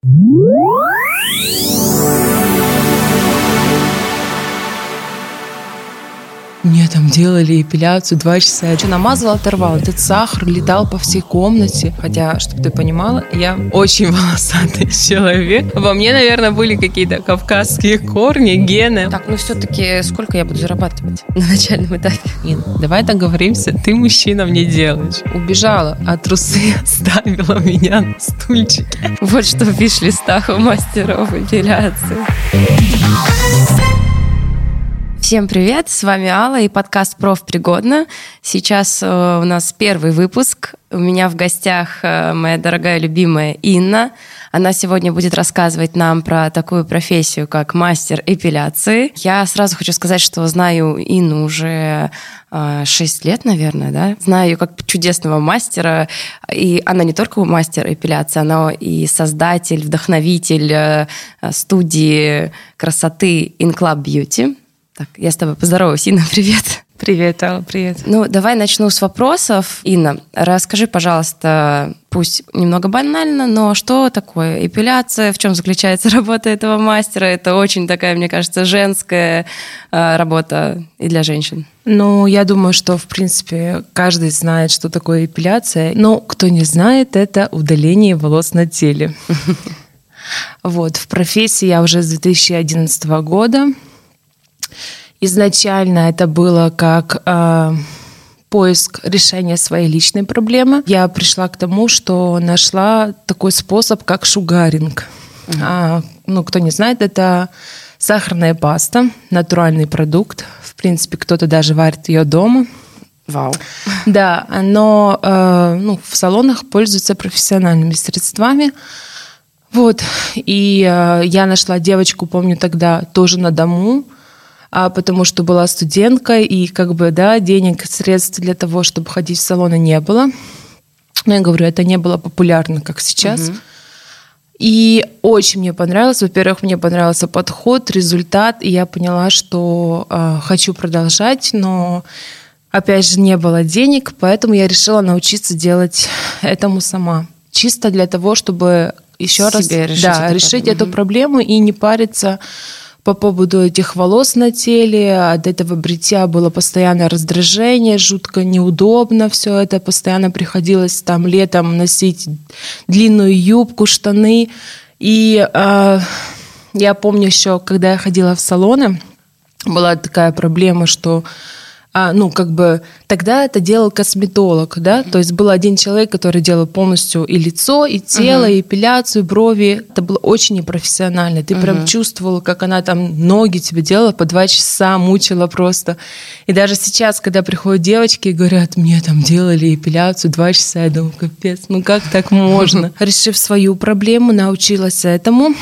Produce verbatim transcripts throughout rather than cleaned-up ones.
Мне там делали эпиляцию два часа. Я что, намазала, оторвала. Этот сахар летал по всей комнате. Хотя, чтобы ты понимала, я очень волосатый человек. Во мне, наверное, были какие-то кавказские корни, гены. Так, ну все-таки сколько я буду зарабатывать на начальном этапе? Ин, давай договоримся, ты мужчинам не делаешь. Убежала, а трусы оставила меня на стульчике. Вот что в виш-листах у мастеров эпиляции. Всем привет, с вами Алла и подкаст «Профпригодно». Сейчас э, у нас первый выпуск. У меня в гостях э, моя дорогая любимая Инна. Она сегодня будет рассказывать нам про такую профессию, как мастер эпиляции. Я сразу хочу сказать, что знаю Инну уже э, шесть лет, наверное, да? Знаю ее как чудесного мастера. И она не только мастер эпиляции, она и создатель, вдохновитель э, студии красоты In Club Beauty. Так, я с тобой поздороваюсь. Инна, привет. Привет, Алла, привет. Ну, давай начну с вопросов. Инна, расскажи, пожалуйста, пусть немного банально, но что такое эпиляция, в чем заключается работа этого мастера? Это очень такая, мне кажется, женская э, работа и для женщин. Ну, я думаю, что, в принципе, каждый знает, что такое эпиляция. Но кто не знает, это удаление волос на теле. Вот, в профессии я уже с две тысячи одиннадцатого года. Изначально это было как э, поиск решения своей личной проблемы. Я пришла к тому, что нашла такой способ, как шугаринг. Uh-huh. А, ну, кто не знает, это сахарная паста, натуральный продукт. В принципе, кто-то даже варит ее дома. Вау. Да, но э, ну, в салонах пользуются профессиональными средствами. Вот, и э, я нашла девочку, помню тогда, тоже на дому, а потому что была студенткой, и как бы, да, денег, средств для того, чтобы ходить в салоны, не было. Но я говорю, это не было популярно, как сейчас. Угу. И очень мне понравилось. Во-первых, мне понравился подход, результат, и я поняла, что э, хочу продолжать, но, опять же, не было денег, поэтому я решила научиться делать этому сама. Чисто для того, чтобы еще раз решить, да, эту, решить проблему. эту проблему и не париться по поводу этих волос на теле. От этого бритья было постоянное раздражение, жутко неудобно все это. Постоянно приходилось там летом носить длинную юбку, штаны. И э, я помню еще, когда я ходила в салоны, была такая проблема, что А, ну, как бы, тогда это делал косметолог, да, то есть был один человек, который делал полностью и лицо, и тело, uh-huh. и эпиляцию, брови. Это было очень непрофессионально. Ты uh-huh. прям чувствовала, как она там ноги тебе делала по два часа, мучила просто. И даже сейчас, когда приходят девочки и говорят, мне там делали эпиляцию два часа, я думаю, капец, ну как так можно? Решив свою проблему, научилась этому,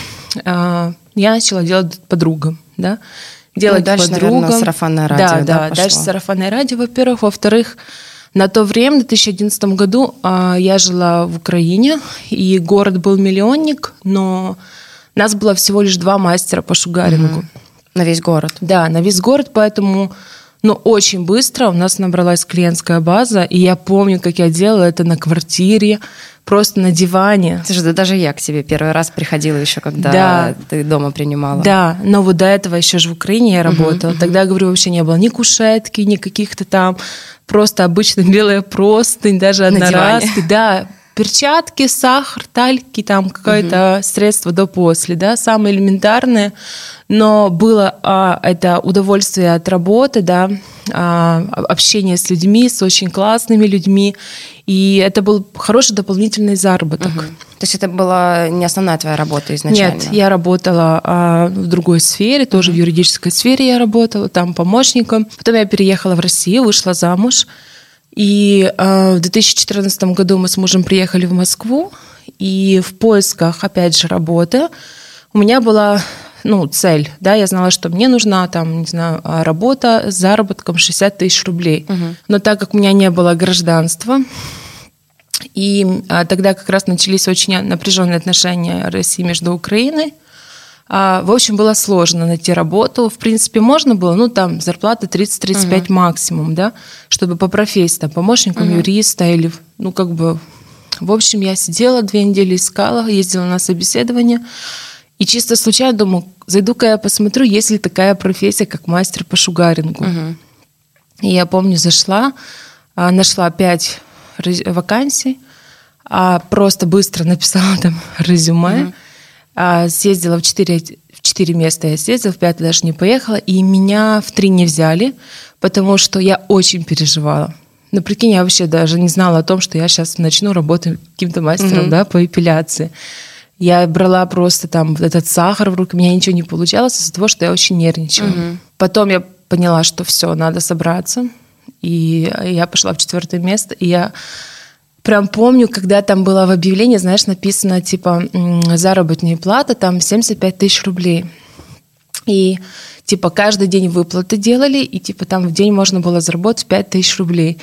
я начала делать подругам, да. Делать ну, дальше, подругам. Наверное, сарафанное радио, да, да, да, пошло. дальше сарафанное радио, во-первых. Во-вторых, на то время, в две тысячи одиннадцатом году, я жила в Украине, и город был миллионник, но нас было всего лишь два мастера по шугарингу. Угу. На весь город? Да, на весь город, поэтому... Но очень быстро у нас набралась клиентская база, и я помню, как я делала это на квартире, просто на диване. Слушай, да даже я к тебе первый раз приходила еще, когда да. ты дома принимала. Да, но вот до этого еще же в Украине я работала. Uh-huh, uh-huh. Тогда, говорю, вообще не было ни кушетки, ни каких-то там, просто обычно белая простынь, даже одноразки. Да, перчатки, сахар, тальки, там какое-то uh-huh. средство до-после, да, самое элементарное. Но было а, это удовольствие от работы, да, а, общение с людьми, с очень классными людьми. И это был хороший дополнительный заработок. Угу. То есть это была не основная твоя работа изначально? Нет, я работала а, в другой сфере, тоже угу. в юридической сфере я работала, там помощником. Потом я переехала в Россию, вышла замуж. И а, в две тысячи четырнадцатом году мы с мужем приехали в Москву. И в поисках, опять же, работы у меня была... ну, цель, да, я знала, что мне нужна там, не знаю, работа с заработком шестьдесят тысяч рублей. Uh-huh. Но так как у меня не было гражданства, и а, тогда как раз начались очень напряженные отношения России между Украиной, а, в общем, было сложно найти работу. В принципе, можно было, ну, там, зарплата тридцать-тридцать пять uh-huh. максимум, да, чтобы по профессии, там, помощником uh-huh. юриста или, ну, как бы... В общем, я сидела две недели, искала, ездила на собеседование. И чисто случайно думаю, зайду-ка я посмотрю, есть ли такая профессия, как мастер по шугарингу. Uh-huh. И я помню, зашла, нашла пять вакансий, просто быстро написала там резюме, uh-huh. съездила в четыре, в четыре места, я съездила, в пятое даже не поехала, и меня в три не взяли, потому что я очень переживала. Ну, прикинь, я вообще даже не знала о том, что я сейчас начну работать каким-то мастером, uh-huh. да, по эпиляции. Я брала просто там этот сахар в руки, у меня ничего не получалось из-за того, что я очень нервничала. Uh-huh. Потом я поняла, что все, надо собраться, и я пошла в четвертое место, и я прям помню, когда там было в объявлении, знаешь, написано, типа, заработная плата, там семьдесят пять тысяч рублей. И, типа, каждый день выплаты делали, и, типа, там в день можно было заработать пять тысяч рублей.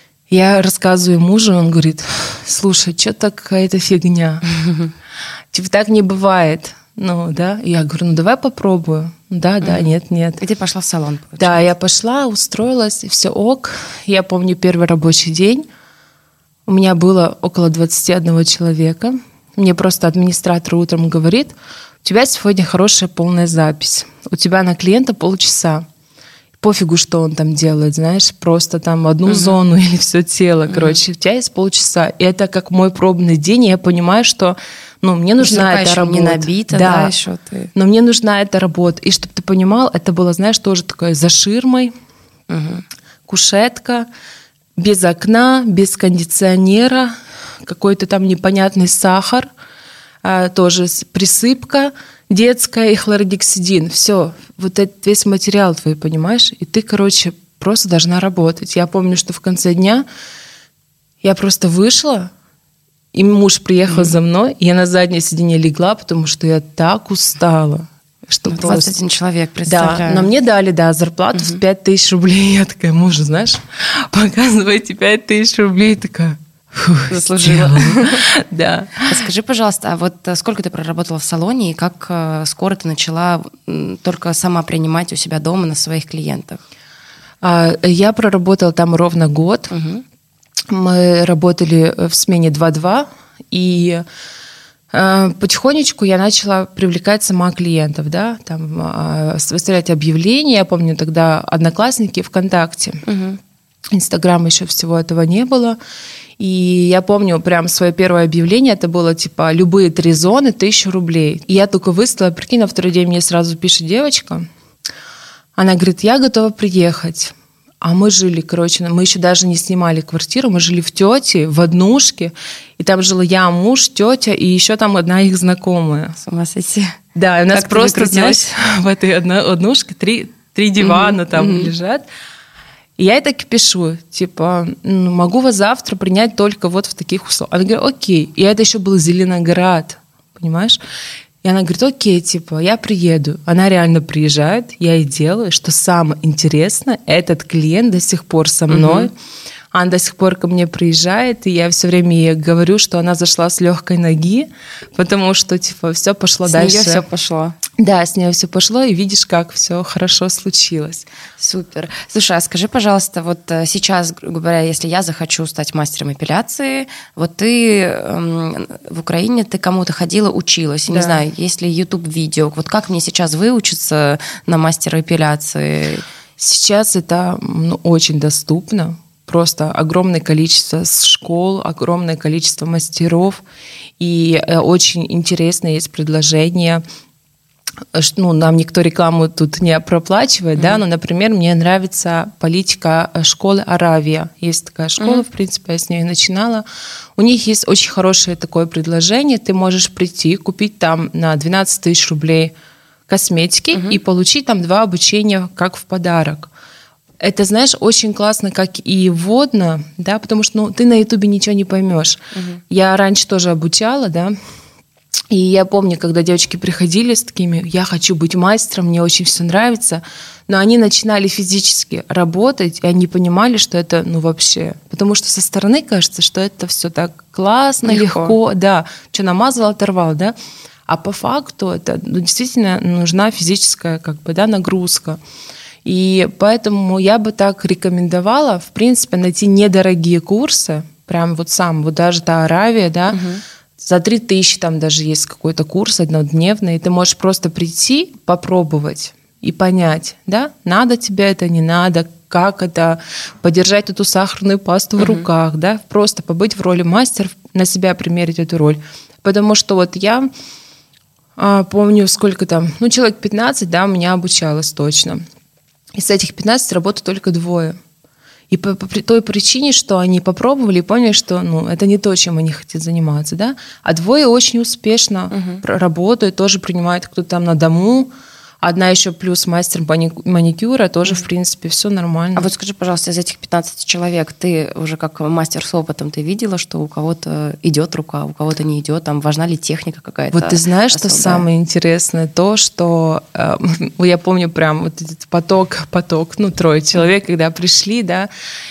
Я рассказываю мужу, он говорит, слушай, что-то какая-то фигня. Типа, так не бывает. Ну, да. Я говорю, ну, давай попробую. Да, да, нет, нет. И ты пошла в салон, получается? Да, я пошла, устроилась, и все ок. Я помню первый рабочий день. У меня было около двадцать один человека. Мне просто администратор утром говорит, у тебя сегодня хорошая полная запись. У тебя на клиента полчаса. Пофигу, что он там делает, знаешь, просто там одну uh-huh. зону или все тело, uh-huh. короче, у тебя есть полчаса. И это как мой пробный день, и я понимаю, что, ну, мне нужна эта работа. Не набита, да, да, еще ты. Но мне нужна эта работа. И чтобы ты понимал, это было, знаешь, тоже такое за ширмой, uh-huh. кушетка, без окна, без кондиционера, какой-то там непонятный сахар, а, тоже присыпка детская и хлоргексидин. Все, вот этот весь материал твой, понимаешь? И ты, короче, просто должна работать. Я помню, что в конце дня я просто вышла, и муж приехал mm-hmm. за мной, и я на заднее сиденье легла, потому что я так устала. Что двадцать один просто... человек, представляю. Да, но мне дали, да, зарплату mm-hmm. в пять тысяч рублей. Я такая, мужу, знаешь, показывайте пять тысяч рублей. Такая... Фух, заслужила. Да. Скажи, пожалуйста, а вот сколько ты проработала в салоне и как скоро ты начала только сама принимать у себя дома на своих клиентах? Я проработала там ровно год. Угу. Мы работали в смене два-два, и потихонечку я начала привлекать сама клиентов, да, там выставлять объявления. Я помню тогда Одноклассники, ВКонтакте. Угу. Инстаграма еще всего этого не было. И я помню прям свое первое объявление, это было типа любые три зоны, тысячу рублей. И я только выставила, прикинь, на второй день мне сразу пишет девочка, она говорит, я готова приехать. А мы жили, короче, мы еще даже не снимали квартиру, мы жили в тете, в однушке, и там жила я, муж, тетя, и еще там одна их знакомая. С ума сойти. Да, и у нас как просто, знаешь, в этой однушке три, три дивана mm-hmm. там mm-hmm. лежат. И я ей так и пишу, типа, ну, могу вас завтра принять только вот в таких условиях. Она говорит, окей. И это еще был Зеленоград, понимаешь? И она говорит, окей, типа, я приеду. Она реально приезжает, я ей делаю. Что самое интересное, этот клиент до сих пор со мной. Угу. Она до сих пор ко мне приезжает, и я все время ей говорю, что она зашла с легкой ноги, потому что, типа, все пошло с дальше. С нее все пошло. Да, с нее все пошло, и видишь, как все хорошо случилось. Супер. Слушай, а скажи, пожалуйста, вот сейчас, грубо говоря, если я захочу стать мастером эпиляции, вот ты эм, в Украине, ты кому-то ходила, училась, да. Не знаю, есть ли YouTube-видео, вот как мне сейчас выучиться на мастера эпиляции? Сейчас это ну, очень доступно. Просто огромное количество школ, огромное количество мастеров, и очень интересные есть предложения. Ну, нам никто рекламу тут не проплачивает, mm-hmm. да, но, например, мне нравится политика школы Аравия. Есть такая школа, mm-hmm. в принципе, я с ней начинала. У них есть очень хорошее такое предложение. Ты можешь прийти, купить там на двенадцать тысяч рублей косметики mm-hmm. и получить там два обучения как в подарок. Это, знаешь, очень классно, как и вводно, да, потому что ну, ты на Ютубе ничего не поймешь. Uh-huh. Я раньше тоже обучала, да, и я помню, когда девочки приходили с такими, я хочу быть мастером, мне очень все нравится, но они начинали физически работать, и они понимали, что это, ну, вообще, потому что со стороны кажется, что это все так классно, легко, легко да, что намазал, оторвал, да, а по факту это ну, действительно нужна физическая, как бы, да, нагрузка. И поэтому я бы так рекомендовала, в принципе, найти недорогие курсы, прям вот сам, вот даже та Аравия, да, угу. за три тысячи там даже есть какой-то курс однодневный, и ты можешь просто прийти, попробовать и понять, да, надо тебе это, не надо, как это, подержать эту сахарную пасту угу. в руках, да, просто побыть в роли мастера, на себя примерить эту роль. Потому что вот я а, помню, сколько там, ну, человек пятнадцать, да, у меня обучалось точно. Из этих пятнадцати работают только двое. И по, по той причине, что они попробовали и поняли, что ну, это не то, чем они хотят заниматься. Да? А двое очень успешно угу. работают, тоже принимают кто-то там на дому. Одна еще плюс мастер маникюра, тоже, в принципе, все нормально. А вот скажи, пожалуйста, из этих пятнадцати человек, ты уже как мастер с опытом, ты видела, что у кого-то идет рука, у кого-то не идет, там важна ли техника какая-то? Вот ты знаешь, особая? Что самое интересное? То, что э, я помню прям вот этот поток, поток, ну, трое человек, когда пришли, да,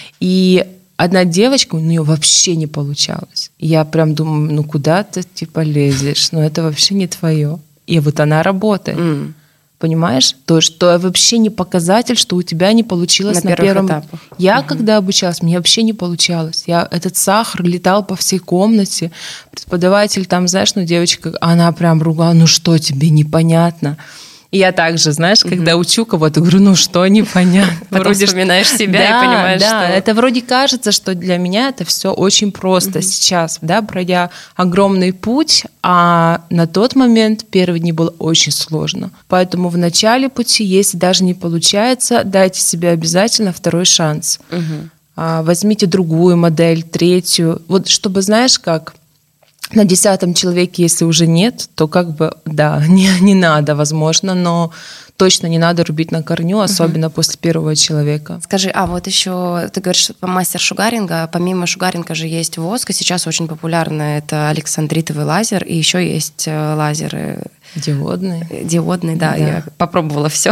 и одна девочка, у нее вообще не получалось. Я прям думаю, ну, куда ты, типа, лезешь? Ну, это вообще не твое. И вот она работает. Mm. Понимаешь? То, что вообще не показатель, что у тебя не получилось на, на первом этапе. Я, угу. когда обучалась, мне вообще не получалось. Я, этот сахар летал по всей комнате. Преподаватель там, знаешь, ну, девочка, она прям ругала, ну, что тебе непонятно? И я также, знаешь, угу. когда учу кого-то, говорю, ну, что непонятно? Потом вроде вспоминаешь себя да, и понимаешь, да, что... это вроде кажется, что для меня это все очень просто угу. сейчас, да, пройдя огромный путь, а на тот момент первые дни было очень сложно. Поэтому в начале пути, если даже не получается, дайте себе обязательно второй шанс. Угу. Возьмите другую модель, третью. Вот чтобы, знаешь, как... На десятом человеке, если уже нет, то как бы, да, не, не надо, возможно, но точно не надо рубить на корню, особенно uh-huh. после первого человека. Скажи, а вот еще ты говоришь, мастер шугаринга, помимо шугаринга же есть воск, и сейчас очень популярно это александритовый лазер, и еще есть лазеры... Диодные. Диодные, да, да. Я попробовала все.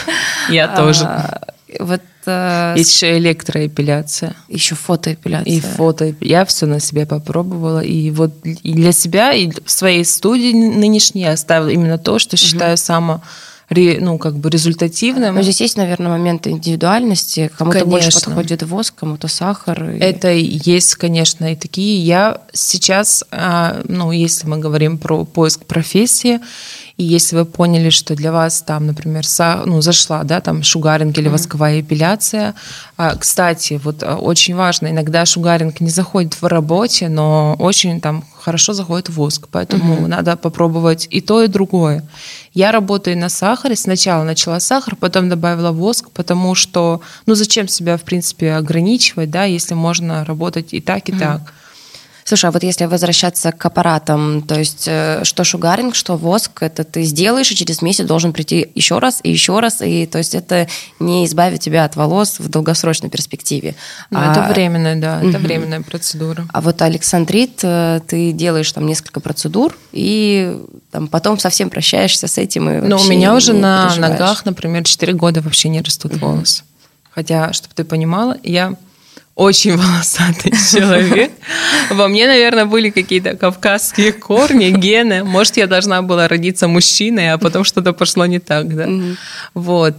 Я тоже. Вот есть еще электроэпиляция. Еще фотоэпиляция. И фото. Я все на себе попробовала. И вот и для себя, и в своей студии нынешней я оставила именно то, что считаю угу. самое ну, как бы результативным. Но здесь есть, наверное, момент индивидуальности. Кому-то конечно. Больше подходит воск, кому-то сахар. И... Это есть, конечно, и такие. Я сейчас, ну, если мы говорим про поиск профессии, и если вы поняли, что для вас там, например, са, ну, зашла, да, там шугаринг или восковая эпиляция. Кстати, вот очень важно, иногда шугаринг не заходит в работе, но очень там хорошо заходит воск, поэтому uh-huh. надо попробовать и то, и другое. Я работаю на сахаре, сначала начала сахар, потом добавила воск, потому что, ну, зачем себя, в принципе, ограничивать, да, если можно работать и так, и uh-huh. так. Слушай, а вот если возвращаться к аппаратам, то есть что шугаринг, что воск, это ты сделаешь, и через месяц должен прийти еще раз и еще раз, и то есть это не избавит тебя от волос в долгосрочной перспективе. Ну, а... Это временная, да, это угу. временная процедура. А вот александрит, ты делаешь там несколько процедур, и там, потом совсем прощаешься с этим. И ну, у меня уже на ногах, например, четыре года вообще не растут угу. волосы. Хотя, чтобы ты понимала, я... очень волосатый человек. Во мне, наверное, были какие-то кавказские корни, гены. Может, я должна была родиться мужчиной, а потом что-то пошло не так, да. Mm-hmm. Вот.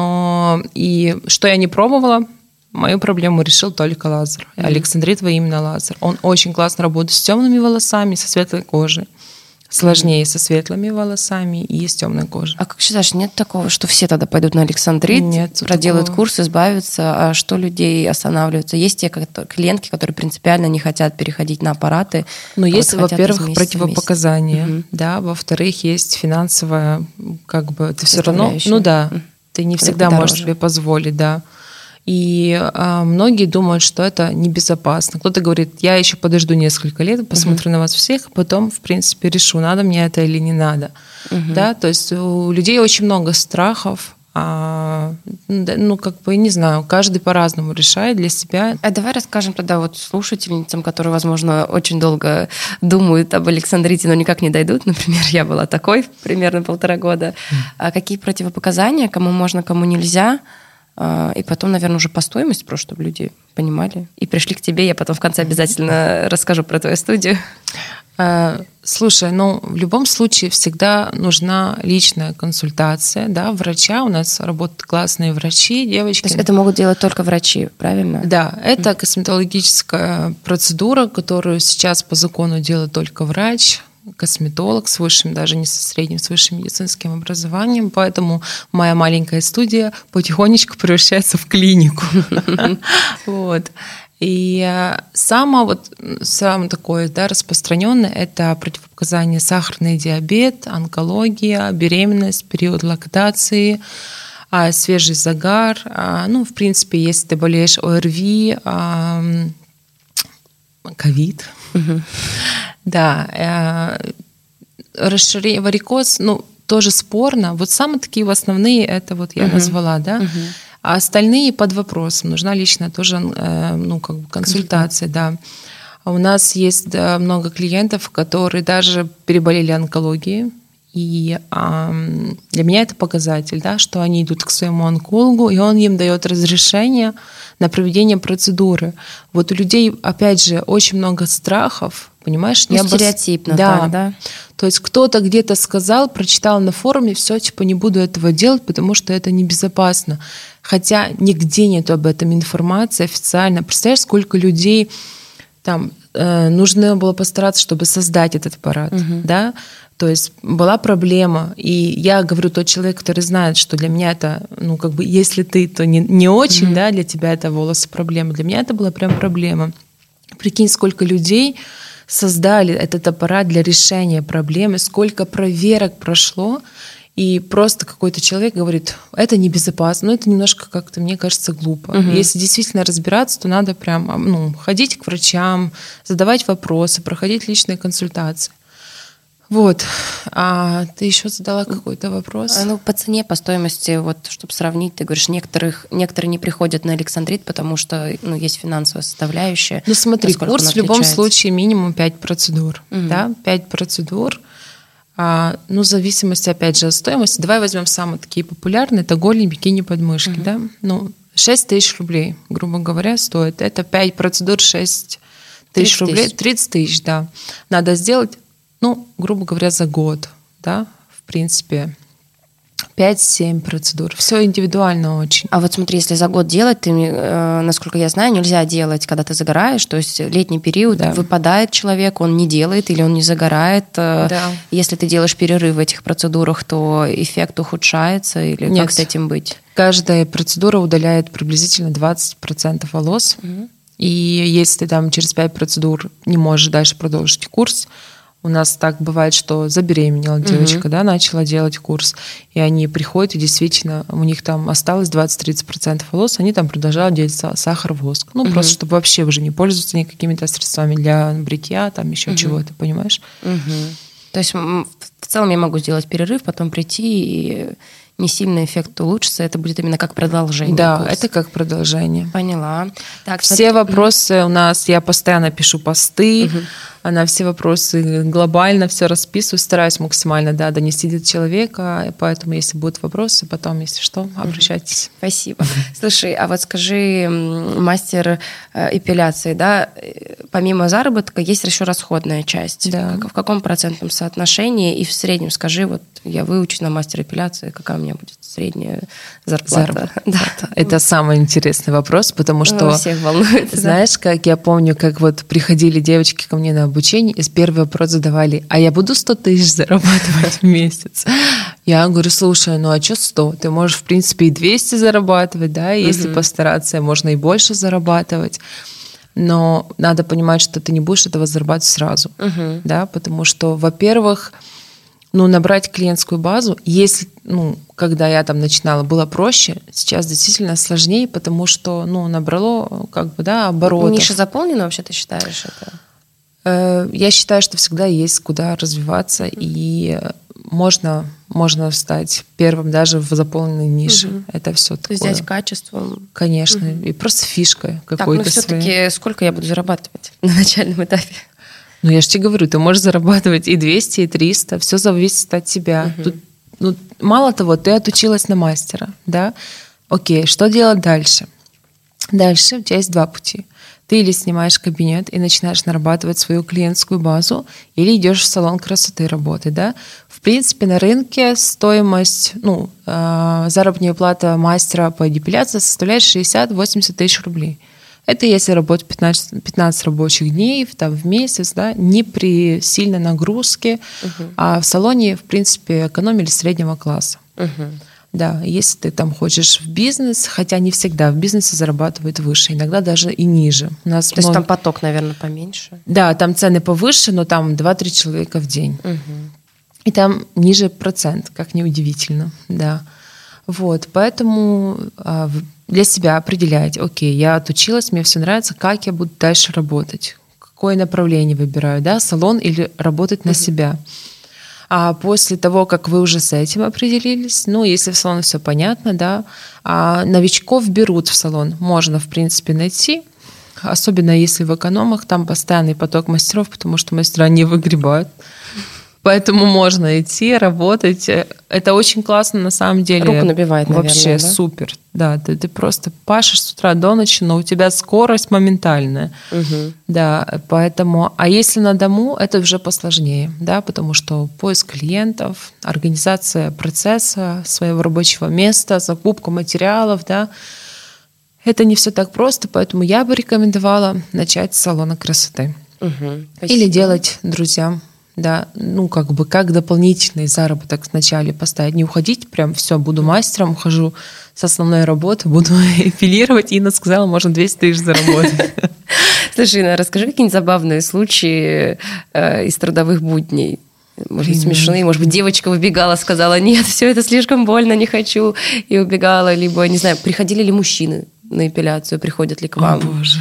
Но и что я не пробовала, мою проблему решил только лазер. Mm-hmm. Александритовый именно лазер. Он очень классно работает с темными волосами, со светлой кожей. Сложнее со светлыми волосами и с темной кожей. А как считаешь, нет такого, что все тогда пойдут на александрит, нет, проделают такого. Курс, избавятся, а что людей останавливается? Есть те клиентки, которые принципиально не хотят переходить на аппараты? Ну, есть, во-первых, противопоказания, угу. да, во-вторых, есть финансовая, как бы, ты все равно, ну да, угу. ты не всегда дороже. Можешь себе позволить, да. И а, многие думают, что это небезопасно. Кто-то говорит, я еще подожду несколько лет, посмотрю uh-huh. на вас всех, потом, в принципе, решу, надо мне это или не надо. Uh-huh. Да? То есть у людей очень много страхов. А, ну, как бы, не знаю, каждый по-разному решает для себя. А давай расскажем тогда вот слушательницам, которые, возможно, очень долго думают об александрите, но никак не дойдут. Например, я была такой примерно полтора года. Uh-huh. А какие противопоказания, кому можно, кому нельзя? И потом, наверное, уже по стоимости, просто чтобы люди понимали. И пришли к тебе, я потом в конце обязательно расскажу про твою студию. Слушай, ну, в любом случае всегда нужна личная консультация, да, врача. У нас работают классные врачи, девочки. То есть это могут делать только врачи, правильно? Да, это косметологическая процедура, которую сейчас по закону делает только врач, косметолог с высшим, даже не со средним, с высшим медицинским образованием, поэтому моя маленькая студия потихонечку превращается в клинику. Вот. И самое, вот, самое такое, да, распространенное — это противопоказания сахарный диабет, онкология, беременность, период лактации, свежий загар. Ну, в принципе, если ты болеешь ОРВИ, ковид, угу. Да, расширение, варикоз, ну, тоже спорно. Вот самые такие основные, это вот я угу. назвала, да. Угу. А остальные под вопросом. Нужна личная тоже, ну, как бы консультация, да. У нас есть да, много клиентов, которые даже переболели онкологией. И а, для меня это показатель, да, что они идут к своему онкологу, и он им дает разрешение на проведение процедуры. Вот у людей, опять же, очень много страхов, понимаешь? Ну, стереотипно, да. Так, да. То есть кто-то где-то сказал, прочитал на форуме, все, типа, не буду этого делать, потому что это небезопасно. Хотя нигде нет об этом информации официально. Представляешь, сколько людей там э, нужно было постараться, чтобы создать этот аппарат, угу. да? То есть была проблема, и я говорю, тот человек, который знает, что для меня это, ну, как бы, если ты, то не, не очень, mm-hmm. да, для тебя это волосы проблема. Для меня это была прям проблема. Прикинь, сколько людей создали этот аппарат для решения проблемы, сколько проверок прошло, и просто какой-то человек говорит, это небезопасно, но это немножко как-то, мне кажется, глупо. Mm-hmm. Если действительно разбираться, то надо прям, ну, ходить к врачам, задавать вопросы, проходить личные консультации. Вот. А ты еще задала какой-то вопрос? Ну, по цене, по стоимости, вот, чтобы сравнить, ты говоришь, некоторых, некоторые не приходят на Александрит, потому что, ну, есть финансовая составляющая. Ну, смотри, курс в любом случае минимум пять процедур. Угу. Да? пять процедур. А, ну, в зависимости, опять же, от стоимости. Давай возьмем самые такие популярные. Это голень, бикини, подмышки. Угу. Да? Ну, шесть тысяч рублей, грубо говоря, стоит. Это пять процедур, шесть тысяч рублей. тридцать тысяч, да. Надо сделать, ну, грубо говоря, за год, да, в принципе, пять-семь процедур. Все индивидуально очень. А вот смотри, если за год делать, ты, э, насколько я знаю, нельзя делать, когда ты загораешь, то есть летний период, да. Выпадает человек, он не делает или он не загорает. Да. Если ты делаешь перерыв в этих процедурах, то эффект ухудшается или Нет. Как с этим быть? Каждая процедура удаляет приблизительно двадцать процентов волос. Угу. И если ты там через пять процедур не можешь дальше продолжить курс, у нас так бывает, что забеременела девочка, uh-huh. да, начала делать курс, и они приходят, и действительно у них там осталось двадцать-тридцать процентов волос, они там продолжают делать сахар-воск. Ну, uh-huh. просто чтобы вообще уже не пользоваться никакими-то средствами для бритья, там еще uh-huh. чего-то, понимаешь? Uh-huh. То есть в целом я могу сделать перерыв, потом прийти, и не сильно эффект улучшится, это будет именно как продолжение. Да, курса. Это как продолжение. Поняла. Так, все смотри. Вопросы у нас, я постоянно пишу посты, uh-huh. на все вопросы глобально все расписываю, стараюсь максимально, да, донести до человека, поэтому если будут вопросы, потом, если что, обращайтесь. Спасибо. Слушай, а вот скажи, мастер эпиляции, да, помимо заработка есть еще расходная часть. Да. В каком процентном соотношении? И в среднем скажи, вот я выучусь на мастера эпиляции, какая у меня будет средняя зарплата? Зарплата. Да. Это самый интересный вопрос, потому что, ну, всех волнует, знаешь, да? Как я помню, как вот приходили девочки ко мне на обучение, и первый вопрос задавали, а я буду сто тысяч зарабатывать в месяц? Я говорю, слушай, ну а что сто? Ты можешь, в принципе, и двести зарабатывать, да, и если угу. постараться, можно и больше зарабатывать. Но надо понимать, что ты не будешь этого зарабатывать сразу, угу. да, потому что, во-первых, ну, набрать клиентскую базу, если, ну, когда я там начинала, было проще, сейчас действительно сложнее, потому что, ну, набрало, как бы, да, оборотов. Ниша заполнена вообще, ты считаешь это? Я считаю, что всегда есть куда развиваться, mm-hmm. и можно, можно стать первым даже в заполненной нише. Mm-hmm. Это все такое. Взять качеством. Конечно, mm-hmm. и просто фишкой какой-то. Так, ну все-таки сколько я буду зарабатывать на начальном этапе? Ну, я же тебе говорю, ты можешь зарабатывать и двести, и триста, все зависит от тебя. Uh-huh. Тут, ну, мало того, ты отучилась на мастера, да? Окей, что делать дальше? Дальше у тебя есть два пути. Ты или снимаешь кабинет и начинаешь нарабатывать свою клиентскую базу, или идешь в салон красоты работать, да? В принципе, на рынке стоимость, ну, э, заработная плата мастера по депиляции составляет шестьдесят-восемьдесят тысяч рублей. Это если работать пятнадцать, пятнадцать рабочих дней там, в месяц, да, не при сильной нагрузке, uh-huh. а в салоне, в принципе, экономили среднего класса. Uh-huh. Да, если ты там хочешь в бизнес, хотя не всегда в бизнесе зарабатывают выше, иногда даже и ниже. У нас То много... есть там поток, наверное, поменьше? Да, там цены повыше, но там два-три человека в день. Угу. И там ниже процент, как ни удивительно. Да. Вот, поэтому для себя определять, окей, я отучилась, мне все нравится, как я буду дальше работать, какое направление выбираю, да, салон или работать угу. на себя. А после того, как вы уже с этим определились, ну, если в салоне все понятно, да, а новичков берут в салон, можно, в принципе, найти, особенно если в экономах, там постоянный поток мастеров, потому что мастера не выгребают. Поэтому можно идти, работать. Это очень классно, на самом деле. Руку набивает, наверное, вообще да? супер. Да, ты, ты просто пашешь с утра до ночи, но у тебя скорость моментальная. Угу. Да, поэтому... А если на дому, это уже посложнее, да, потому что поиск клиентов, организация процесса, своего рабочего места, закупка материалов, да, это не все так просто, поэтому я бы рекомендовала начать с салона красоты. Угу. Или делать друзьям. Да, ну как бы как дополнительный заработок вначале поставить, не уходить прям все, буду мастером, ухожу с основной работы, буду эпилировать. Инна сказала, можно двести тысяч заработать. Слушай, Инна, расскажи какие-нибудь забавные случаи э, из трудовых будней. Может быть, смешные, может быть, девочка выбегала, сказала, нет, все это слишком больно, не хочу, и убегала, либо, не знаю, приходили ли мужчины на эпиляцию, приходят ли к вам? О, боже.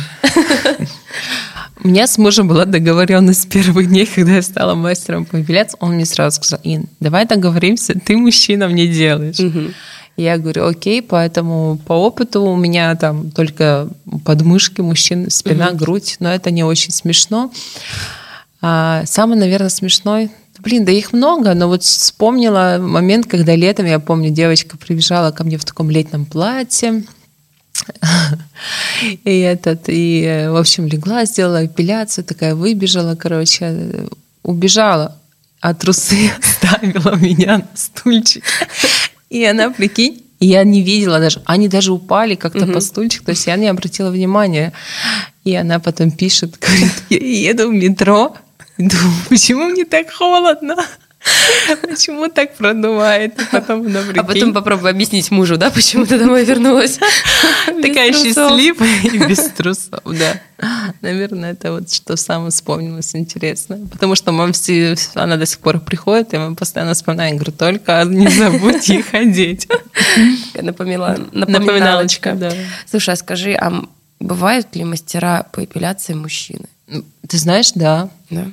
У меня с мужем была договоренность с первых дней, когда я стала мастером по эпиляции. Он мне сразу сказал, Ин, давай договоримся, ты мужчинам не делаешь. Угу. Я говорю, окей, поэтому по опыту у меня там только подмышки мужчин, спина, угу. грудь, но это не очень смешно. А самый, наверное, смешной, блин, да их много, но вот вспомнила момент, когда летом, я помню, девочка прибежала ко мне в таком летнем платье, и этот, и, в общем, легла, сделала эпиляцию, такая выбежала, короче, убежала, а трусы оставила меня на стульчике. И она, прикинь, я не видела даже, они даже упали как-то uh-huh. по стульчику, то есть я не обратила внимания. И она потом пишет, говорит, я еду в метро, думаю, почему мне так холодно? Почему так продувает? Потом, ну, а потом попробуй объяснить мужу, да, почему ты домой вернулась? Такая счастливая и без трусов, да. Наверное, это вот что самое вспомнилось интересно. Потому что мама все, она до сих пор приходит, и мы постоянно вспоминаем, говорю, только не забудь их одеть. Напоминала, напоминалочка. Да. Слушай, а скажи, а бывают ли мастера по эпиляции мужчины? Ты знаешь, да. Да.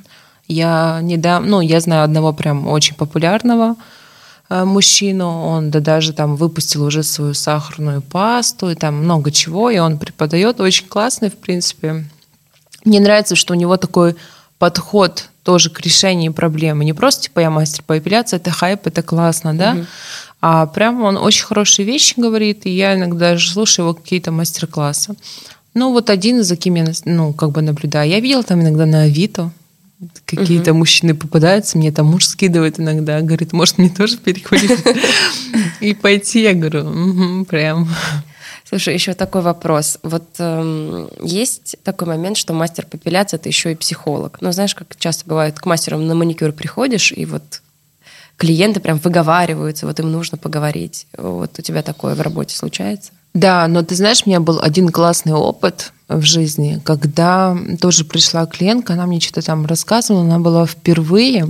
Я недавно, ну, я знаю одного прям очень популярного э, мужчину, он да даже там выпустил уже свою сахарную пасту, и там много чего, и он преподает, очень классный, в принципе. Мне нравится, что у него такой подход тоже к решению проблемы. Не просто типа я мастер по эпиляции, это хайп, это классно, да, угу. а прям он очень хорошие вещи говорит, и я иногда даже слушаю его какие-то мастер-классы. Ну, вот один, за кем я, ну, как бы наблюдаю. Я видела там иногда на Авито, какие-то uh-huh. мужчины попадаются, мне там муж скидывает иногда, говорит, может, мне тоже переквалифицировать и пойти. Я говорю, угу, прям. Слушай, еще такой вопрос. Вот эм, есть такой момент, что мастер по эпиляции – это еще и психолог. Ну, знаешь, как часто бывает, к мастеру на маникюр приходишь, и вот клиенты прям выговариваются, вот им нужно поговорить. Вот у тебя такое в работе случается? Да, но ты знаешь, у меня был один классный опыт в жизни, когда тоже пришла клиентка, она мне что-то там рассказывала, она была впервые,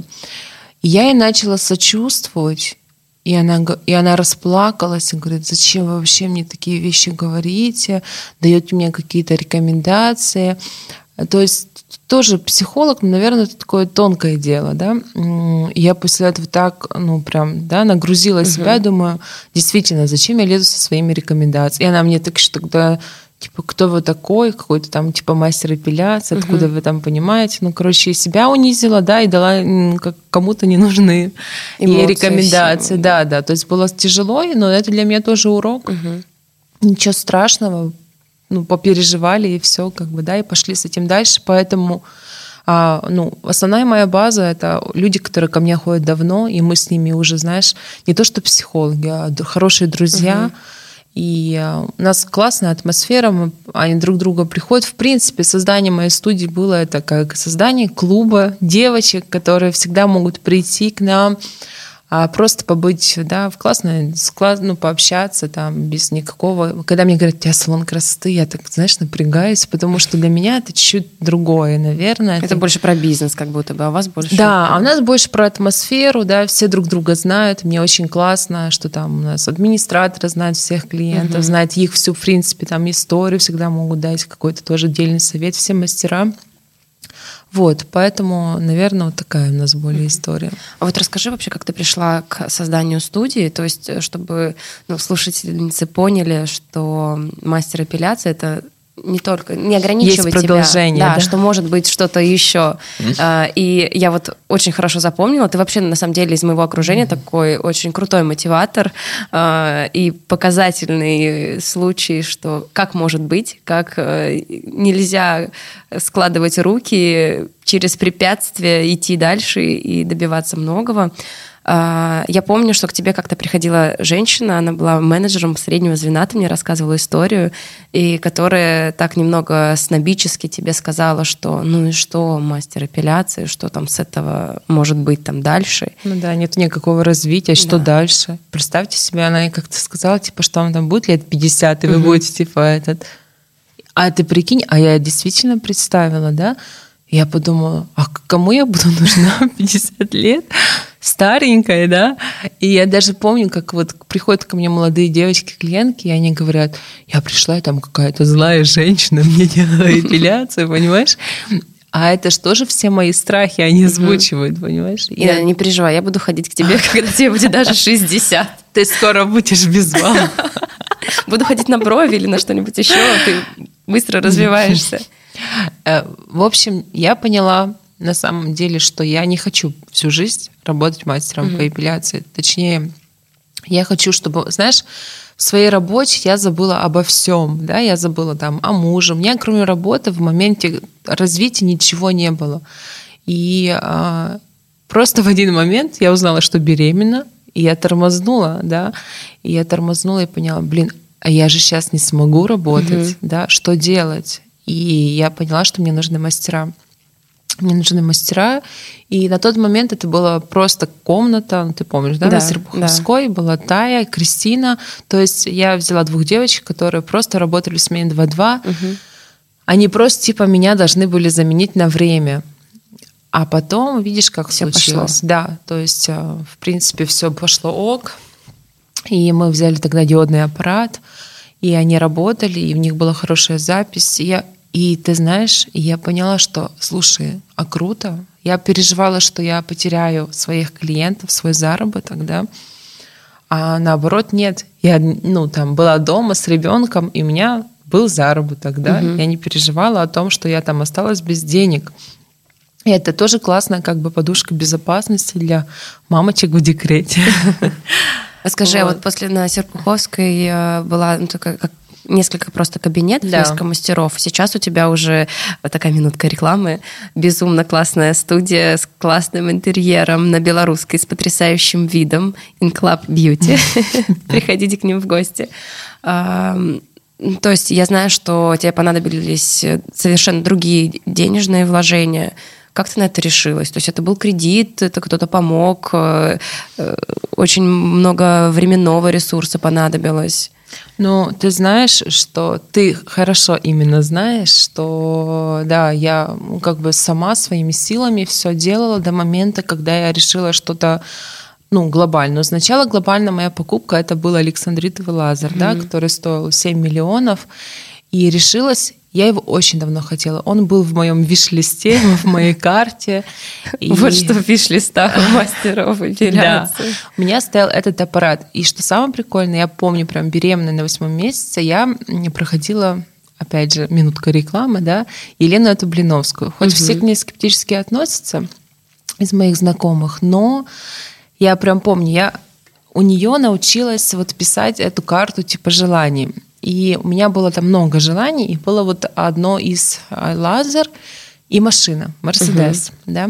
и я ей начала сочувствовать, и она, и она расплакалась и говорит, зачем вы вообще мне такие вещи говорите, даете мне какие-то рекомендации. То есть тоже психолог, наверное, это такое тонкое дело, да. Я после этого так, ну, прям, да, нагрузила uh-huh. себя, думаю, действительно, зачем я лезу со своими рекомендациями? И она мне так что тогда, типа, кто вы такой, какой-то там, типа, мастер эпиляции, откуда uh-huh. вы там понимаете? Ну, короче, и себя унизила, да, и дала кому-то ненужные ей рекомендации. Всем. Да, да, то есть было тяжело, но это для меня тоже урок. Uh-huh. ничего страшного, ну, попереживали и все, как бы, да, и пошли с этим дальше. Поэтому, а, ну, основная моя база — это люди, которые ко мне ходят давно, и мы с ними уже, знаешь, не то что психологи, а хорошие друзья. Угу. И а, у нас классная атмосфера, мы, они друг друга приходят. В принципе, создание моей студии было это как создание клуба девочек, которые всегда могут прийти к нам, а просто побыть, да, в классной, ну, пообщаться там без никакого... Когда мне говорят, у тебя салон красоты, я так, знаешь, напрягаюсь, потому что для меня это чуть другое, наверное. Это, это больше про бизнес как будто бы, а у вас больше... Да, а у нас больше про атмосферу, да, все друг друга знают, мне очень классно, что там у нас администраторы знают всех клиентов, угу. знают их всю, в принципе, там историю, всегда могут дать какой-то тоже отдельный совет, все мастера. Вот, поэтому, наверное, вот такая у нас более история. А вот расскажи вообще, как ты пришла к созданию студии, то есть чтобы, ну, слушательницы поняли, что мастер эпиляции — это не только, не ограничивать Есть продолжение, тебя, да, да, что может быть что-то еще. Mm-hmm. И я вот очень хорошо запомнила, ты вообще на самом деле из моего окружения mm-hmm. такой очень крутой мотиватор и показательный случай, что как может быть, как нельзя складывать руки, через препятствия идти дальше и добиваться многого. Я помню, что к тебе как-то приходила женщина, она была менеджером среднего звена, ты мне рассказывала историю, и которая так немного снобически тебе сказала, что ну и что, мастер эпиляции, что там с этого может быть там дальше. Ну да, нет никакого развития, что да. дальше? Представьте себе, она ей как-то сказала, типа, что вам там будет лет пятьдесят, и вы угу. будете, типа, этот... А ты прикинь, а я действительно представила, да? Я подумала, а кому я буду нужна в пятьдесят лет? Старенькая, да? И я даже помню, как вот приходят ко мне молодые девочки-клиентки, и они говорят, я пришла, и там какая-то злая женщина мне делала эпиляцию, понимаешь? А это же тоже все мои страхи, они озвучивают, понимаешь? Я... Не переживай, я буду ходить к тебе, когда тебе будет даже шестьдесят. Ты скоро будешь без вала. Буду ходить на брови или на что-нибудь еще, ты быстро развиваешься. В общем, я поняла на самом деле, что я не хочу всю жизнь работать мастером mm-hmm. по эпиляции. Точнее, я хочу, чтобы, знаешь, в своей работе я забыла обо всем, да, я забыла там о муже. У меня, кроме работы, в моменте развития ничего не было. И а, просто в один момент я узнала, что беременна, и я тормознула, да, и я тормознула и поняла, блин, а я же сейчас не смогу работать, mm-hmm. да, что делать? И я поняла, что мне нужны мастера. Мне нужны мастера. И на тот момент это была просто комната, ну, ты помнишь, да, да на Серпуховской, да. была Тая, Кристина. То есть я взяла двух девочек, которые просто работали в смене два-два. Угу. Они просто типа меня должны были заменить на время. А потом, видишь, как все случилось. Пошло. Да, то есть, в принципе, все пошло ок. И мы взяли тогда диодный аппарат. И они работали, и у них была хорошая запись. И, я, и ты знаешь, я поняла, что, слушай, а круто. Я переживала, что я потеряю своих клиентов, свой заработок, да. А наоборот, нет. Я, ну, там, была дома с ребенком, и у меня был заработок, да. Угу. Я не переживала о том, что я там осталась без денег. И это тоже классная как бы подушка безопасности для мамочек в декрете. Скажи, вот. а вот после на Серпуховской была ну, такая, как несколько просто кабинетов, да. несколько мастеров. Сейчас у тебя уже вот такая минутка рекламы. Безумно классная студия с классным интерьером на Белорусской, с потрясающим видом. In-Club Beauty. Приходите к ним в гости. То есть я знаю, что тебе понадобились совершенно другие денежные вложения. Как ты на это решилась? То есть это был кредит, это кто-то помог, очень много временного ресурса понадобилось. Ну, ты знаешь, что ты хорошо именно знаешь, что да, я как бы сама своими силами все делала до момента, когда я решила что-то ну, глобально. Но сначала глобально моя покупка это был александритовый лазер, mm-hmm. да, который стоил семь миллионов. И решилась, я его очень давно хотела. Он был в моем виш-листе, в моей карте. Вот что в виш-листах у мастеров эпиляции. У меня стоял этот аппарат. И что самое прикольное, я помню, прям беременная на восьмом месяце, я проходила, опять же, минутка рекламы, да, Елену эту Блиновскую. Хоть все к ней скептически относятся из моих знакомых, но я прям помню, я у нее научилась вот писать эту карту типа желаний. И у меня было там много желаний, и было вот одно из лазер и машина, Мерседес, угу. да.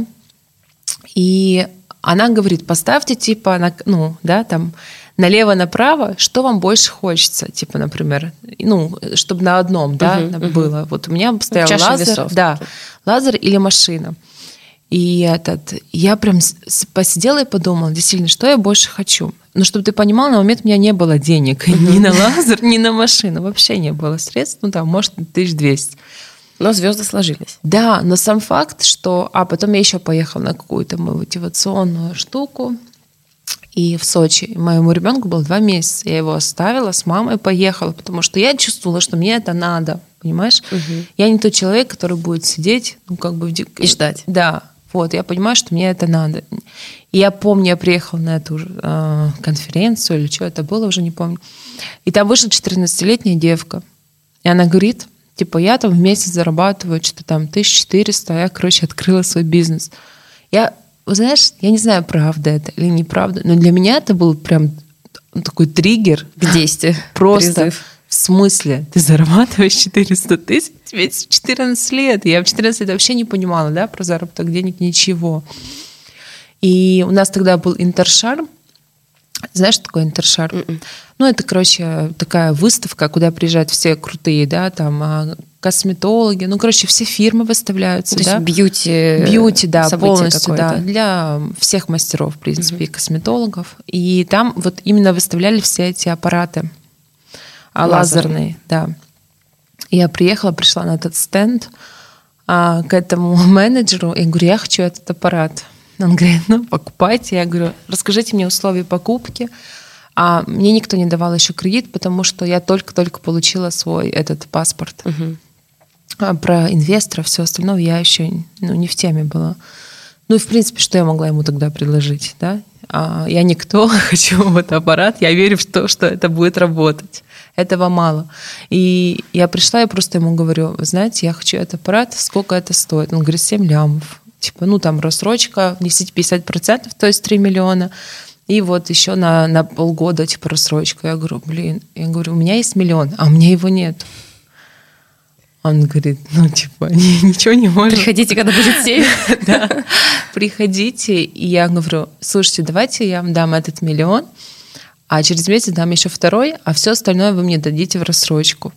И она говорит, поставьте типа, на, ну, да, там, налево-направо, что вам больше хочется, типа, например, ну, чтобы на одном, да, uh-huh, было. Uh-huh. Вот у меня стоял Чаша лазер, весов, да, такие. Лазер или машина. И этот, я прям посидела и подумала, действительно, что я больше хочу. Но чтобы ты понимал, на момент у меня не было денег uh-huh. ни на лазер, ни на машину, вообще не было средств, ну там, может, тысяч двести. Но звезды сложились. Да, но сам факт, что... А потом я еще поехала на какую-то мотивационную штуку, и в Сочи. Моему ребенку было два месяца. Я его оставила, с мамой поехала, потому что я чувствовала, что мне это надо, понимаешь? Угу. Я не тот человек, который будет сидеть, ну, как бы... И ждать. Да, вот, я понимаю, что мне это надо. И я помню, я приехала на эту э, конференцию, или что это было, уже не помню. И там вышла четырнадцатилетняя девка. И она говорит, типа, я там в месяц зарабатываю что-то там тысяча четыреста, а я, короче, открыла свой бизнес. Я... Знаешь, я не знаю, правда это или неправда, но для меня это был прям такой триггер к действию. Просто призыв. В смысле? Ты зарабатываешь четыреста тысяч, тебе четырнадцать лет. Я в четырнадцать лет вообще не понимала, да, про заработок денег, ничего. И у нас тогда был Интершарм. Знаешь, что такое Интершарм? Mm-mm. Ну, это, короче, такая выставка, куда приезжают все крутые, да, там косметологи, ну, короче, все фирмы выставляются, то да. есть бьюти, бьюти, да, полностью, какое-то. Да, для всех мастеров, в принципе, mm-hmm. косметологов. И там вот именно выставляли все эти аппараты лазерные, лазерные, да. Я приехала, пришла на этот стенд а, к этому менеджеру и говорю, я хочу этот аппарат. Он говорит, ну, покупайте. Я говорю, расскажите мне условия покупки. А мне никто не давал еще кредит, потому что я только-только получила свой этот паспорт. Uh-huh. А про инвестора, все остальное я еще ну, не в теме была. Ну и, в принципе, что я могла ему тогда предложить? Да? А я никто, хочу вот аппарат, я верю в то, что это будет работать. Этого мало. И я пришла, я просто ему говорю, вы знаете, я хочу этот аппарат, сколько это стоит? Он говорит, семь лямов. Типа, ну, там рассрочка, внесите пятьдесят процентов, то есть три миллиона. И вот еще на, на полгода, типа, рассрочка. Я говорю, блин, я говорю, у меня есть миллион, а у меня его нет. Он говорит, ну, типа, ничего не может. Приходите, когда будет семь. Да, приходите. И я говорю, слушайте, давайте я вам дам этот миллион, а через месяц дам еще второй, а все остальное вы мне дадите в рассрочку.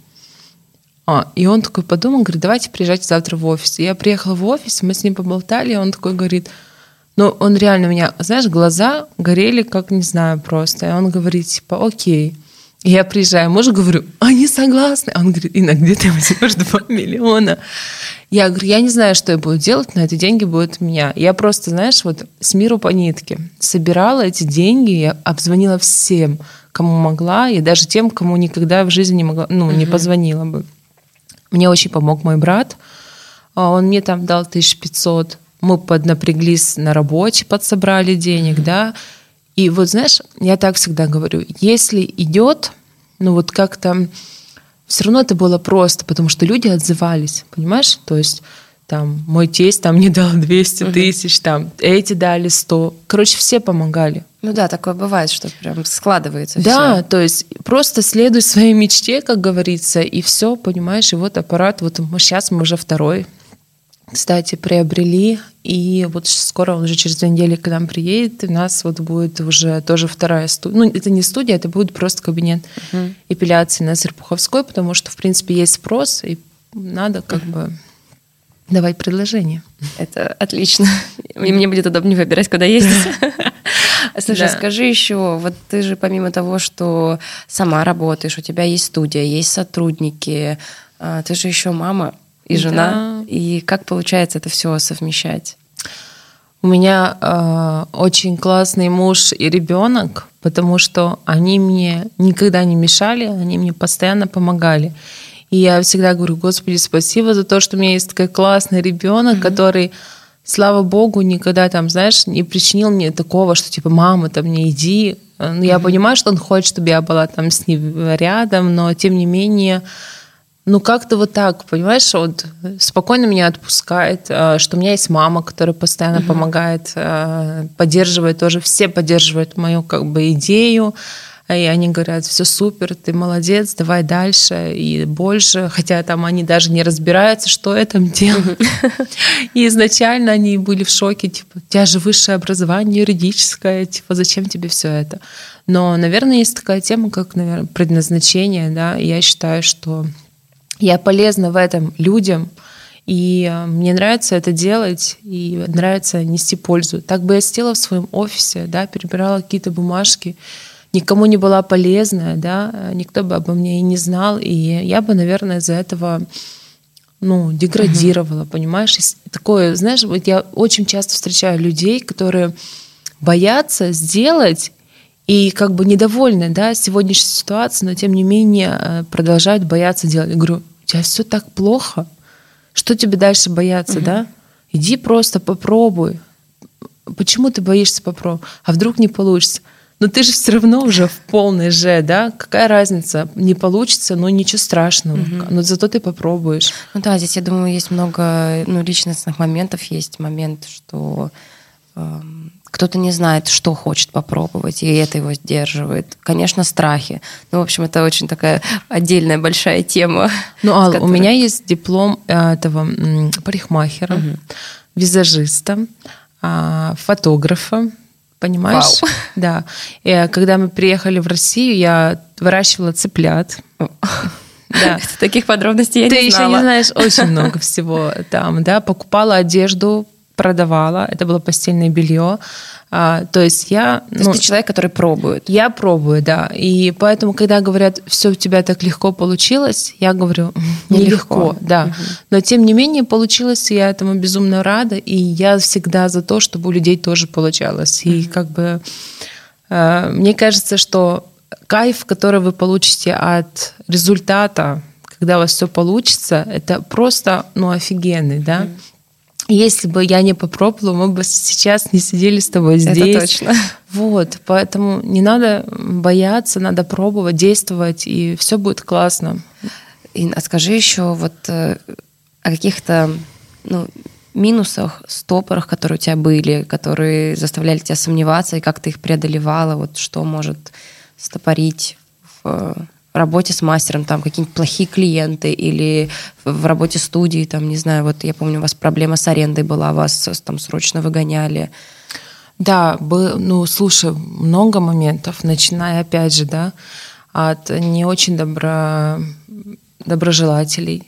А, и он такой подумал, говорит, давайте приезжайте завтра в офис. И я приехала в офис, мы с ним поболтали, и он такой говорит, ну, он реально у меня, знаешь, глаза горели, как, не знаю, просто. И он говорит, типа, окей. И я приезжаю, мужу говорю, они согласны. А он говорит, Инна, где ты возьмешь два миллиона? Я говорю, я не знаю, что я буду делать, но эти деньги будут у меня. Я просто, знаешь, вот с миру по нитке собирала эти деньги, я обзвонила всем, кому могла, и даже тем, кому никогда в жизни не могла, ну, не позвонила бы. Мне очень помог мой брат. Он мне там дал тысячу пятьсот. Мы поднапряглись на работе, подсобрали денег, mm-hmm. да. И вот, знаешь, я так всегда говорю, если идет, ну вот как-то все равно это было просто, потому что люди отзывались, понимаешь? То есть там мой тесть там мне дал двести тысяч, mm-hmm. там эти дали сто. Короче, все помогали. Ну да, такое бывает, что прям складывается все. Да, то есть просто следуй своей мечте, как говорится, и все, понимаешь, и вот аппарат, вот мы сейчас мы уже второй, кстати, приобрели, и вот скоро, уже через две недели к нам приедет, у нас вот будет уже тоже вторая студия. Ну, это не студия, это будет просто кабинет uh-huh. эпиляции на Серпуховской, потому что, в принципе, есть спрос, и надо как uh-huh. бы давать предложение. Это отлично. И мне будет удобнее выбирать, куда ездить. Слушай, скажи еще, вот ты же помимо того, что сама работаешь, у тебя есть студия, есть сотрудники, ты же еще мама и жена. Да. И как получается это все совмещать? У меня э, очень классный муж и ребенок, потому что они мне никогда не мешали, они мне постоянно помогали. И я всегда говорю, Господи, спасибо за то, что у меня есть такой классный ребенок, mm-hmm. который, слава Богу, никогда там, знаешь, не причинил мне такого, что типа, мама, там не иди. Ну, я mm-hmm. понимаю, что он хочет, чтобы я была там с ним рядом, но тем не менее Ну, как-то вот так, понимаешь, вот спокойно меня отпускает, что у меня есть мама, которая постоянно uh-huh. помогает, поддерживает тоже, все поддерживают мою как бы идею, и они говорят, все супер, ты молодец, давай дальше и больше, хотя там они даже не разбираются, что я там делаю. Uh-huh. И изначально они были в шоке, типа, у тебя же высшее образование юридическое, типа, зачем тебе все это? Но, наверное, есть такая тема, как, наверное, предназначение, да, и я считаю, что я полезна в этом людям, и мне нравится это делать, и нравится нести пользу. Так бы я сидела в своем офисе, да, перебирала какие-то бумажки, никому не была полезна, да, никто бы обо мне и не знал, и я бы, наверное, из-за этого, ну, деградировала, uh-huh. понимаешь? И такое, знаешь, вот я очень часто встречаю людей, которые боятся сделать, и как бы недовольны, да, сегодняшней ситуацией, но тем не менее продолжают бояться делать. Я говорю, у тебя все так плохо, что тебе дальше бояться, uh-huh. да? Иди просто попробуй. Почему ты боишься попробовать? А вдруг не получится? Но ты же все равно уже в полной же, да? Какая разница? Не получится, но ничего страшного. Uh-huh. Но зато ты попробуешь. Ну да, здесь, я думаю, есть много ну, личностных моментов. Есть момент, что... Эм... кто-то не знает, что хочет попробовать, и это его сдерживает. Конечно, страхи. Ну, в общем, это очень такая отдельная большая тема. Ну, Алла, которой... у меня есть диплом этого парикмахера, угу. визажиста, фотографа, понимаешь? Вау. Да. И когда мы приехали в Россию, я выращивала цыплят. Да. Таких подробностей я Ты не знала. Ты еще не знаешь, очень много всего там, да. Покупала одежду, продавала, это было постельное белье. А, то есть я... То есть ну, ты человек, который пробует. Я пробую, да. И поэтому, когда говорят, все у тебя так легко получилось, я говорю, нелегко, не да. Угу. Но тем не менее получилось, и я этому безумно рада, и я всегда за то, чтобы у людей тоже получалось. Угу. И как бы э, мне кажется, что кайф, который вы получите от результата, когда у вас все получится, это просто, ну, офигенный, да. Угу. Если бы я не попробовала, мы бы сейчас не сидели с тобой здесь. Это точно. Вот, поэтому не надо бояться, надо пробовать, действовать, и все будет классно. И, а скажи еще вот э, о каких-то ну, минусах, стопорах, которые у тебя были, которые заставляли тебя сомневаться, и как ты их преодолевала, вот что может стопорить в работе с мастером, там какие-нибудь плохие клиенты или в работе студии, там, не знаю, вот я помню, у вас проблема с арендой была, вас там срочно выгоняли. Да, был, ну, слушай, много моментов, начиная, опять же, да, от не очень добро, доброжелателей.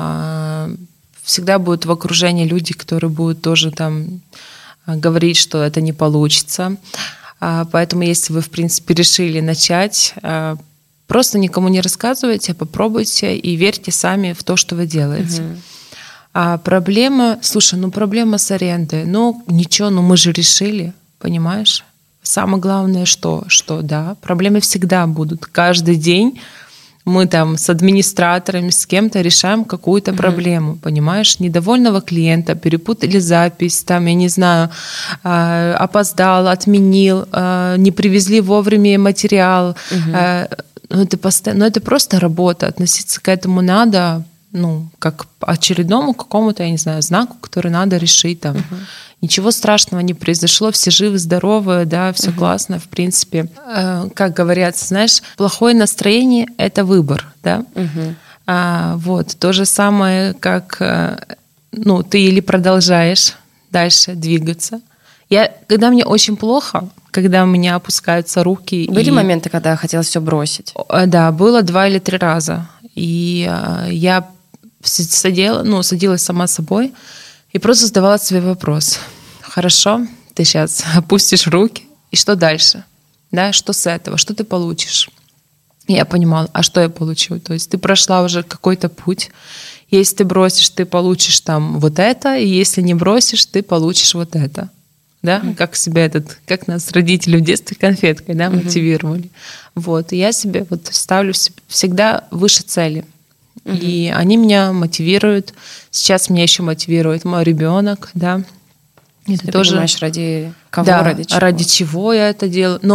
Всегда будут в окружении люди, которые будут тоже там говорить, что это не получится. Поэтому, если вы, в принципе, решили начать, просто никому не рассказывайте, попробуйте и верьте сами в то, что вы делаете. Угу. А проблема, слушай, ну проблема с арендой, ну ничего, ну мы же решили, понимаешь? Самое главное, что, что да, проблемы всегда будут. Каждый день мы там с администраторами, с кем-то решаем какую-то угу. проблему, понимаешь? Недовольного клиента, перепутали запись, там, я не знаю, опоздал, отменил, не привезли вовремя материал. Угу. Ну, это постоянно, ну, это просто работа. Относиться к этому надо, ну, как к очередному какому-то, я не знаю, знаку, который надо решить. Там. Uh-huh. Ничего страшного не произошло, все живы, здоровы, да, все uh-huh. классно, в принципе. Э, как говорят, знаешь, плохое настроение — это выбор, да. Uh-huh. А, вот, то же самое, как, ну, ты или продолжаешь дальше двигаться. Я, когда мне очень плохо, когда у меня опускаются руки. Были и... моменты, когда хотелось все бросить? Да, было два или три раза. И я сидела, ну, садилась сама с собой и просто задавала себе вопрос. Хорошо, ты сейчас опустишь руки, и что дальше? Да, что с этого? Что ты получишь? И я понимала, а что я получу? То есть ты прошла уже какой-то путь. Если ты бросишь, ты получишь там вот это, и если не бросишь, ты получишь вот это. Да, mm-hmm. как себя этот, как нас родители в детстве конфеткой, да, мотивировали. Mm-hmm. Вот, и я себе вот ставлю всегда выше цели. Mm-hmm. И они меня мотивируют. Сейчас меня еще мотивирует мой ребенок, да. Это ты тоже понимаешь, ради кого, да, ради чего? ради чего я это делаю. Но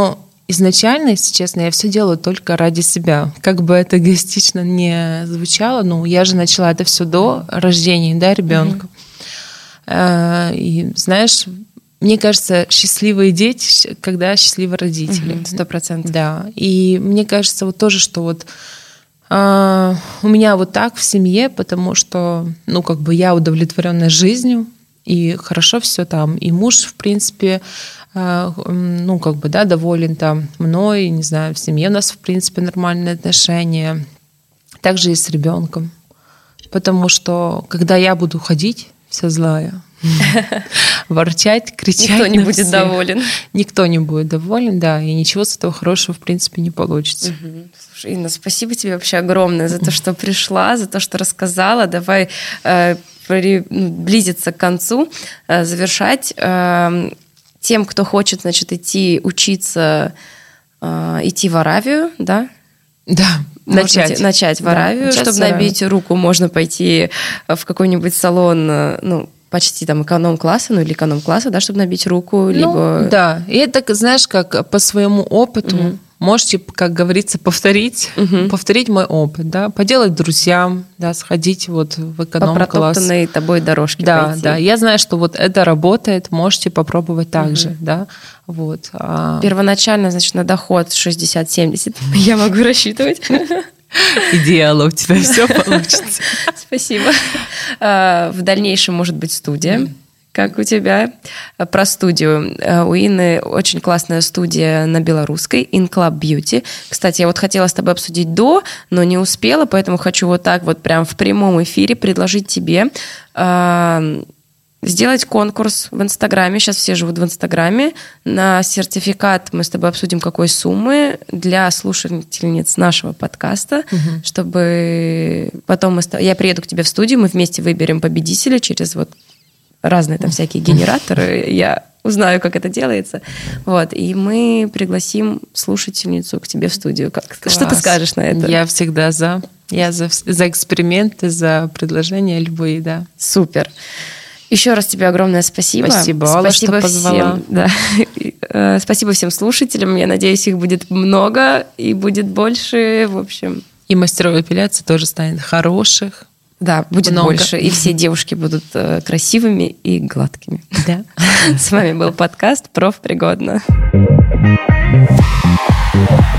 изначально, если честно, я все делаю только ради себя. Как бы это эгоистично не звучало, но я же начала это все до рождения, да, ребенка. Mm-hmm. И знаешь, мне кажется, счастливые дети, когда счастливы родители. Сто процентов. Да. И мне кажется, вот тоже, что вот а, у меня вот так в семье, потому что, ну, как бы я удовлетворенная жизнью, и хорошо все там. И муж, в принципе, а, ну, как бы, да, доволен там мной, не знаю, в семье у нас, в принципе, нормальные отношения. Также и с ребенком. Потому что, когда я буду ходить, вся злая, ворчать, кричать. Никто не будет всех. доволен. Никто не будет доволен, да, и ничего с этого хорошего, в принципе, не получится. Угу. Слушай, Инна, спасибо тебе вообще огромное за то, что пришла, за то, что рассказала. Давай э, при, ну, близиться к концу, э, завершать. Э, тем, кто хочет, значит, идти учиться, э, идти в Аравию, да? Да. Начать. Начать в Аравию, да, начать чтобы набить руку, можно пойти в какой-нибудь салон, ну, почти там эконом-класса, ну или эконом-класса, да, чтобы набить руку, ну, либо... Да, и это, знаешь, как по своему опыту, угу. можете, как говорится, повторить, угу. повторить мой опыт, да, поделать друзьям, да, сходить вот в эконом-класс. По протоптанной тобой дорожке Да, пойти. Да, я знаю, что вот это работает, можете попробовать так угу. же, да, вот. Первоначально, значит, на доход шестьдесят-семьдесят я могу рассчитывать. Идеально, у тебя все получится. Спасибо. В дальнейшем может быть студия, как у тебя. Про студию. У Инны очень классная студия на Белорусской, In Club Beauty. Кстати, я вот хотела с тобой обсудить до, но не успела, поэтому хочу вот так вот прям в прямом эфире предложить тебе сделать конкурс в Инстаграме. Сейчас все живут в Инстаграме. На сертификат мы с тобой обсудим, какой суммы для слушательниц нашего подкаста, угу. чтобы потом мы... я приеду к тебе в студию, мы вместе выберем победителя через вот разные там всякие генераторы. Я узнаю, как это делается. Вот. И мы пригласим слушательницу к тебе в студию. Как... Что ты скажешь на это? Я всегда за. Я за, за эксперименты, за предложения любые, да. Супер. Еще раз тебе огромное спасибо. Спасибо, Алла, спасибо что позвала. Всем, да. Спасибо всем слушателям. Я надеюсь, их будет много и будет больше. В общем. И мастеров эпиляции тоже станет хороших. Да, будет много. Больше. И все девушки будут красивыми и гладкими. Да. С вами был подкаст «Профпригодно».